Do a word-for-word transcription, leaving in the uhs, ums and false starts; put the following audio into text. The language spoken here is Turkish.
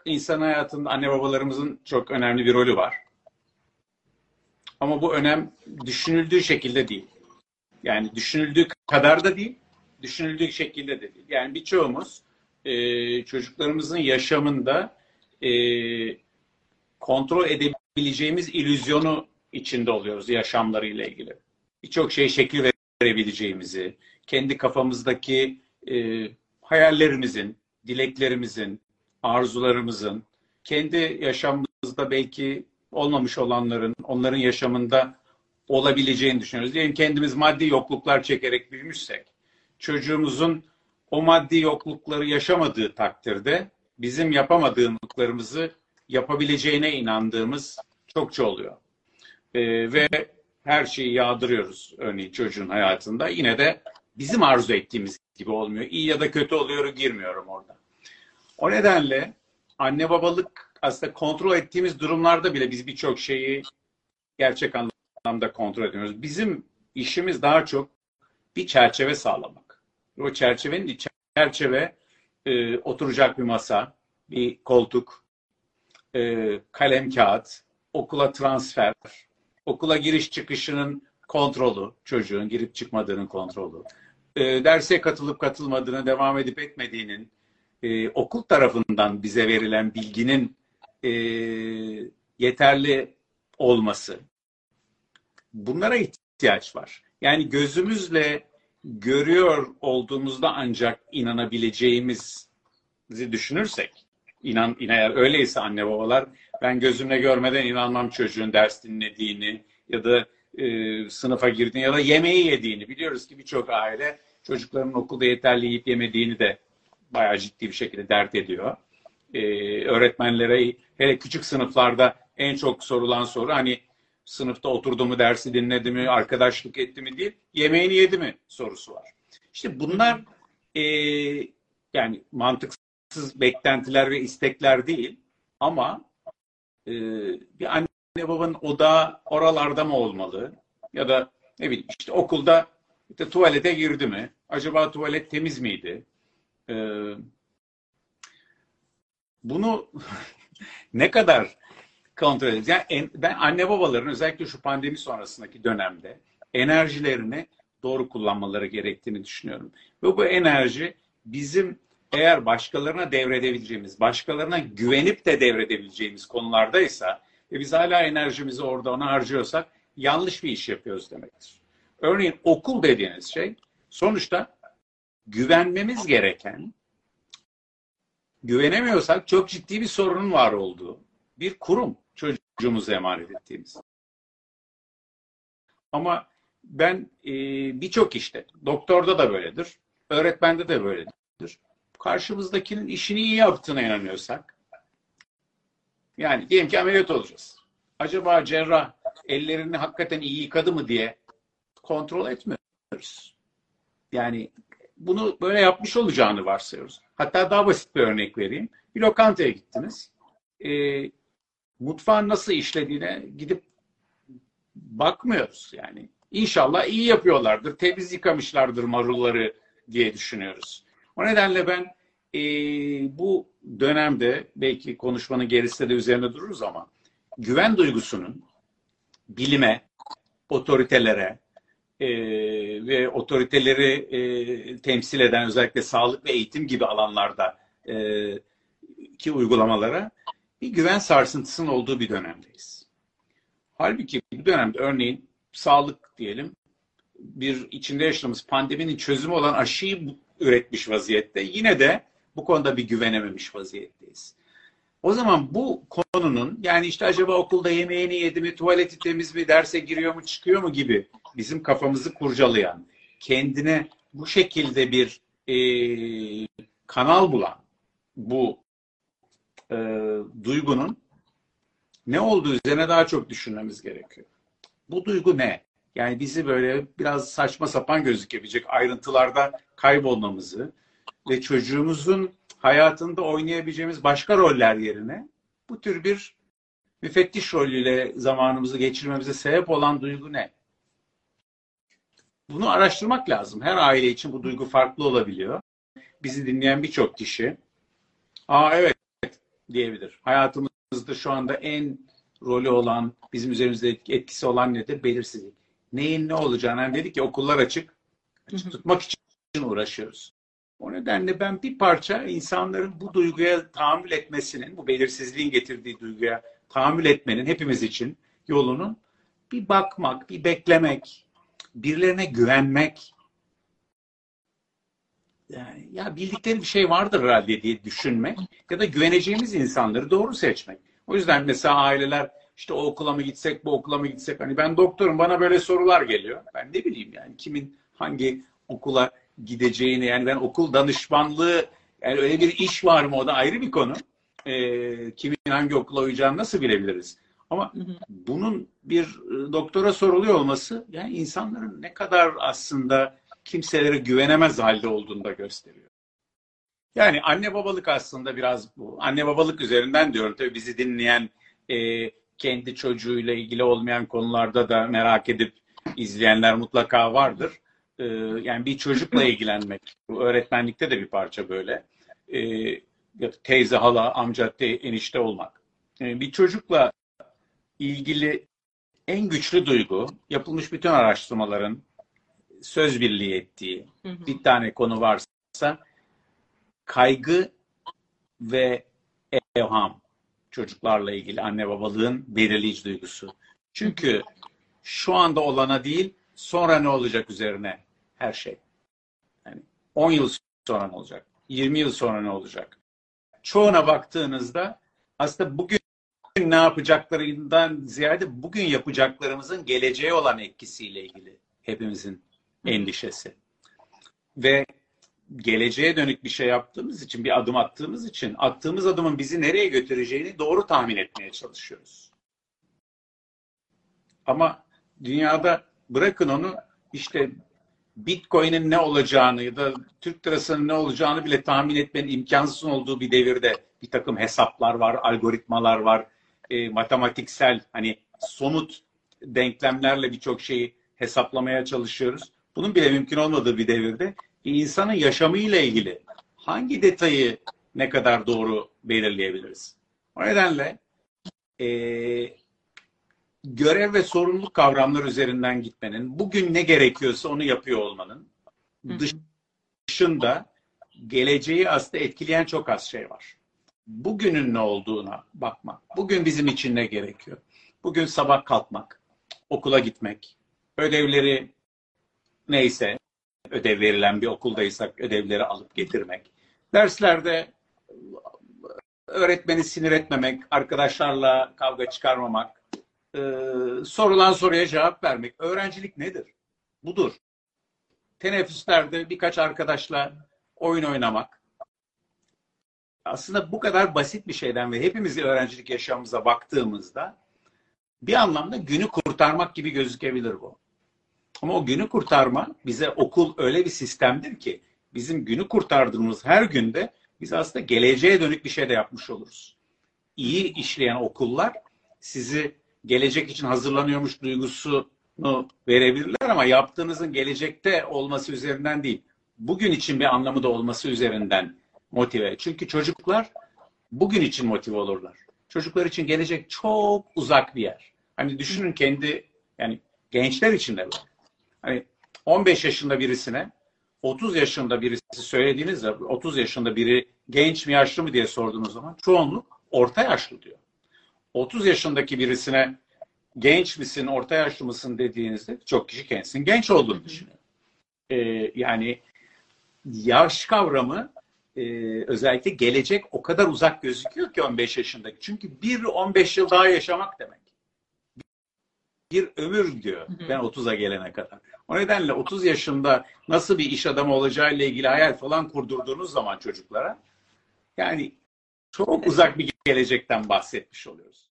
insan hayatında anne babalarımızın çok önemli bir rolü var. Ama bu önem düşünüldüğü şekilde değil. Yani düşünüldüğü kadar da değil, düşünüldüğü şekilde de değil. Yani birçoğumuz e, çocuklarımızın yaşamında e, kontrol edebileceğimiz illüzyonu içinde oluyoruz yaşamlarıyla ilgili. Birçok şey şekil verebileceğimizi, kendi kafamızdaki e, hayallerimizin, dileklerimizin, arzularımızın, kendi yaşamımızda belki olmamış olanların, onların yaşamında olabileceğini düşünüyoruz. Diyelim kendimiz maddi yokluklar çekerek büyümüşsek, çocuğumuzun o maddi yoklukları yaşamadığı takdirde bizim yapamadığımızı yapabileceğine inandığımız çokça oluyor. Ee, ve her şeyi yağdırıyoruz örneğin çocuğun hayatında. Yine de bizim arzu ettiğimiz gibi olmuyor. İyi ya da kötü oluyor, girmiyorum orada. O nedenle anne babalık aslında kontrol ettiğimiz durumlarda bile biz birçok şeyi gerçek anlamda kontrol ediyoruz. Bizim işimiz daha çok bir çerçeve sağlamak. O çerçevenin çerçeve e, oturacak bir masa, bir koltuk, e, kalem kağıt, okula transfer, okula giriş çıkışının kontrolü, çocuğun girip çıkmadığının kontrolü, e, derse katılıp katılmadığını, devam edip etmediğinin, e, okul tarafından bize verilen bilginin e, yeterli olması. Bunlara ihtiyaç var. Yani gözümüzle görüyor olduğumuzda ancak inanabileceğimizi düşünürsek, inan, eğer öyleyse anne babalar, ben gözümle görmeden inanmam çocuğun ders dinlediğini ya da e, sınıfa girdiğini ya da yemeği yediğini. Biliyoruz ki birçok aile çocuklarının okulda yeterli yiyip yemediğini de bayağı ciddi bir şekilde dert ediyor. Ee, öğretmenlere hele küçük sınıflarda en çok sorulan soru hani sınıfta oturdu mu, dersi dinledi mi, arkadaşlık etti mi değil, yemeğini yedi mi sorusu var. İşte bunlar e, yani mantıksız beklentiler ve istekler değil ama e, bir anne babanın odağı oralarda mı olmalı ya da ne bileyim işte okulda işte tuvalete girdi mi, acaba tuvalet temiz miydi? Ee, bunu ne kadar kontrol edeceğiz? Yani en, ben anne babaların özellikle şu pandemi sonrasındaki dönemde enerjilerini doğru kullanmaları gerektiğini düşünüyorum. Ve bu enerji bizim eğer başkalarına devredebileceğimiz, başkalarına güvenip de devredebileceğimiz konulardaysa ve biz hala enerjimizi orada ona harcıyorsak yanlış bir iş yapıyoruz demektir. Örneğin okul dediğiniz şey sonuçta güvenmemiz gereken, güvenemiyorsak çok ciddi bir sorunun var olduğu bir kurum çocuğumuza emanet ettiğimiz. Ama ben e, birçok işte, doktorda da böyledir, öğretmende de böyledir. Karşımızdakinin işini iyi yaptığına inanıyorsak, yani diyelim ki ameliyat olacağız. Acaba cerrah ellerini hakikaten iyi yıkadı mı diye kontrol etmiyoruz. Yani bunu böyle yapmış olacağını varsayıyoruz. Hatta daha basit bir örnek vereyim. Bir lokantaya gittiniz. E, mutfağın nasıl işlediğine gidip bakmıyoruz yani. İnşallah iyi yapıyorlardır, temiz yıkamışlardır marulları diye düşünüyoruz. O nedenle ben e, bu dönemde belki konuşmanın gerisinde de üzerine dururuz ama güven duygusunun bilime, otoritelere e, ve otoriteleri e, temsil eden özellikle sağlık ve eğitim gibi alanlarda e, ki uygulamalara bir güven sarsıntısının olduğu bir dönemdeyiz. Halbuki bu dönemde örneğin sağlık diyelim bir içinde yaşadığımız pandeminin çözümü olan aşıyı üretmiş vaziyette. Yine de bu konuda bir güvenememiş vaziyetteyiz. O zaman bu konunun yani işte acaba okulda yemeğini yedi mi, tuvaleti temiz mi, derse giriyor mu, çıkıyor mu gibi bizim kafamızı kurcalayan, kendine bu şekilde bir e, kanal bulan bu e, duygunun ne olduğu üzerine daha çok düşünmemiz gerekiyor. Bu duygu ne? Yani bizi böyle biraz saçma sapan gözükebilecek ayrıntılarda kaybolmamızı ve çocuğumuzun hayatında oynayabileceğimiz başka roller yerine bu tür bir müfettiş rolüyle zamanımızı geçirmemize sebep olan duygu ne? Bunu araştırmak lazım. Her aile için bu duygu farklı olabiliyor. Bizi dinleyen birçok kişi, aa evet diyebilir. Hayatımızda şu anda en rolü olan, bizim üzerimizde etkisi olan nedir? Belirsizlik. Neyin ne olacağını, yani dedik ki okullar açık, açık tutmak için uğraşıyoruz. O nedenle ben bir parça insanların bu duyguya tahammül etmesinin, bu belirsizliğin getirdiği duyguya tahammül etmenin hepimiz için yolunun bir bakmak, bir beklemek, birilerine güvenmek, yani ya bildikleri bir şey vardır herhalde diye düşünmek ya da güveneceğimiz insanları doğru seçmek. O yüzden mesela aileler işte o okula mı gitsek, bu okula mı gitsek, hani ben doktorum, bana böyle sorular geliyor. Ben ne bileyim yani kimin hangi okula gideceğini, yani ben okul danışmanlığı, yani öyle bir iş var mı, o da ayrı bir konu. Ee, kimin hangi okula uyacağını nasıl bilebiliriz? Ama bunun bir doktora soruluyor olması, yani insanların ne kadar aslında kimselere güvenemez halde olduğunu da gösteriyor. Yani anne babalık aslında biraz bu. Anne babalık üzerinden diyorum. Tabii bizi dinleyen, e, kendi çocuğuyla ilgili olmayan konularda da merak edip izleyenler mutlaka vardır. E, yani bir çocukla ilgilenmek. Bu öğretmenlikte de bir parça böyle. E, teyze, hala, amca, te, enişte olmak. E, bir çocukla ilgili en güçlü duygu, yapılmış bütün araştırmaların söz birliği ettiği bir tane konu varsa kaygı ve evham, çocuklarla ilgili anne babalığın belirleyici duygusu. Çünkü şu anda olana değil, sonra ne olacak üzerine her şey. Yani on yıl sonra ne olacak? yirmi yıl sonra ne olacak? Çoğuna baktığınızda aslında bugün ne yapacaklarından ziyade bugün yapacaklarımızın geleceğe olan etkisiyle ilgili hepimizin endişesi. Ve geleceğe dönük bir şey yaptığımız için, bir adım attığımız için attığımız adımın bizi nereye götüreceğini doğru tahmin etmeye çalışıyoruz. Ama dünyada bırakın onu, işte Bitcoin'in ne olacağını ya da Türk lirasının ne olacağını bile tahmin etmenin imkansız olduğu bir devirde bir takım hesaplar var, algoritmalar var, e, matematiksel, hani somut denklemlerle birçok şeyi hesaplamaya çalışıyoruz. Bunun bile mümkün olmadığı bir devirde insanın yaşamıyla ilgili hangi detayı ne kadar doğru belirleyebiliriz? O nedenle e, görev ve sorumluluk kavramları üzerinden gitmenin, bugün ne gerekiyorsa onu yapıyor olmanın dışında geleceği aslında etkileyen çok az şey var. Bugünün ne olduğuna bakmak, bugün bizim için ne gerekiyor? Bugün sabah kalkmak, okula gitmek, ödevleri neyse, ödev verilen bir okuldaysak ödevleri alıp getirmek, derslerde öğretmeni sinir etmemek, arkadaşlarla kavga çıkarmamak, e, sorulan soruya cevap vermek. Öğrencilik nedir? Budur. Teneffüslerde birkaç arkadaşla oyun oynamak. Aslında bu kadar basit bir şeyden ve hepimiz öğrencilik yaşamımıza baktığımızda bir anlamda günü kurtarmak gibi gözükebilir bu. Ama o günü kurtarma, bize okul öyle bir sistemdir ki bizim günü kurtardığımız her günde biz aslında geleceğe dönük bir şey de yapmış oluruz. İyi işleyen okullar sizi gelecek için hazırlanıyormuş duygusunu verebilirler ama yaptığınızın gelecekte olması üzerinden değil, bugün için bir anlamı da olması üzerinden motive. Çünkü çocuklar bugün için motive olurlar. Çocuklar için gelecek çok uzak bir yer. Hani düşünün kendi, yani gençler için de böyle. Hani on beş yaşında birisine otuz yaşında birisi söylediğinizde, otuz yaşında biri genç mi yaşlı mı diye sorduğunuz zaman çoğunluk orta yaşlı diyor. otuz yaşındaki birisine genç misin, orta yaşlı mısın dediğinizde çok kişi kendisinin genç olduğunu düşünüyor. Ee, yani yaş kavramı e, özellikle gelecek o kadar uzak gözüküyor ki on beş yaşındaki. Çünkü bir on beş yıl daha yaşamak demek. Bir ömür diyor ben otuza gelene kadar. O nedenle otuz yaşında nasıl bir iş adamı olacağıyla ilgili hayal falan kurdurduğunuz zaman çocuklara, yani çok uzak bir gelecekten bahsetmiş oluyoruz.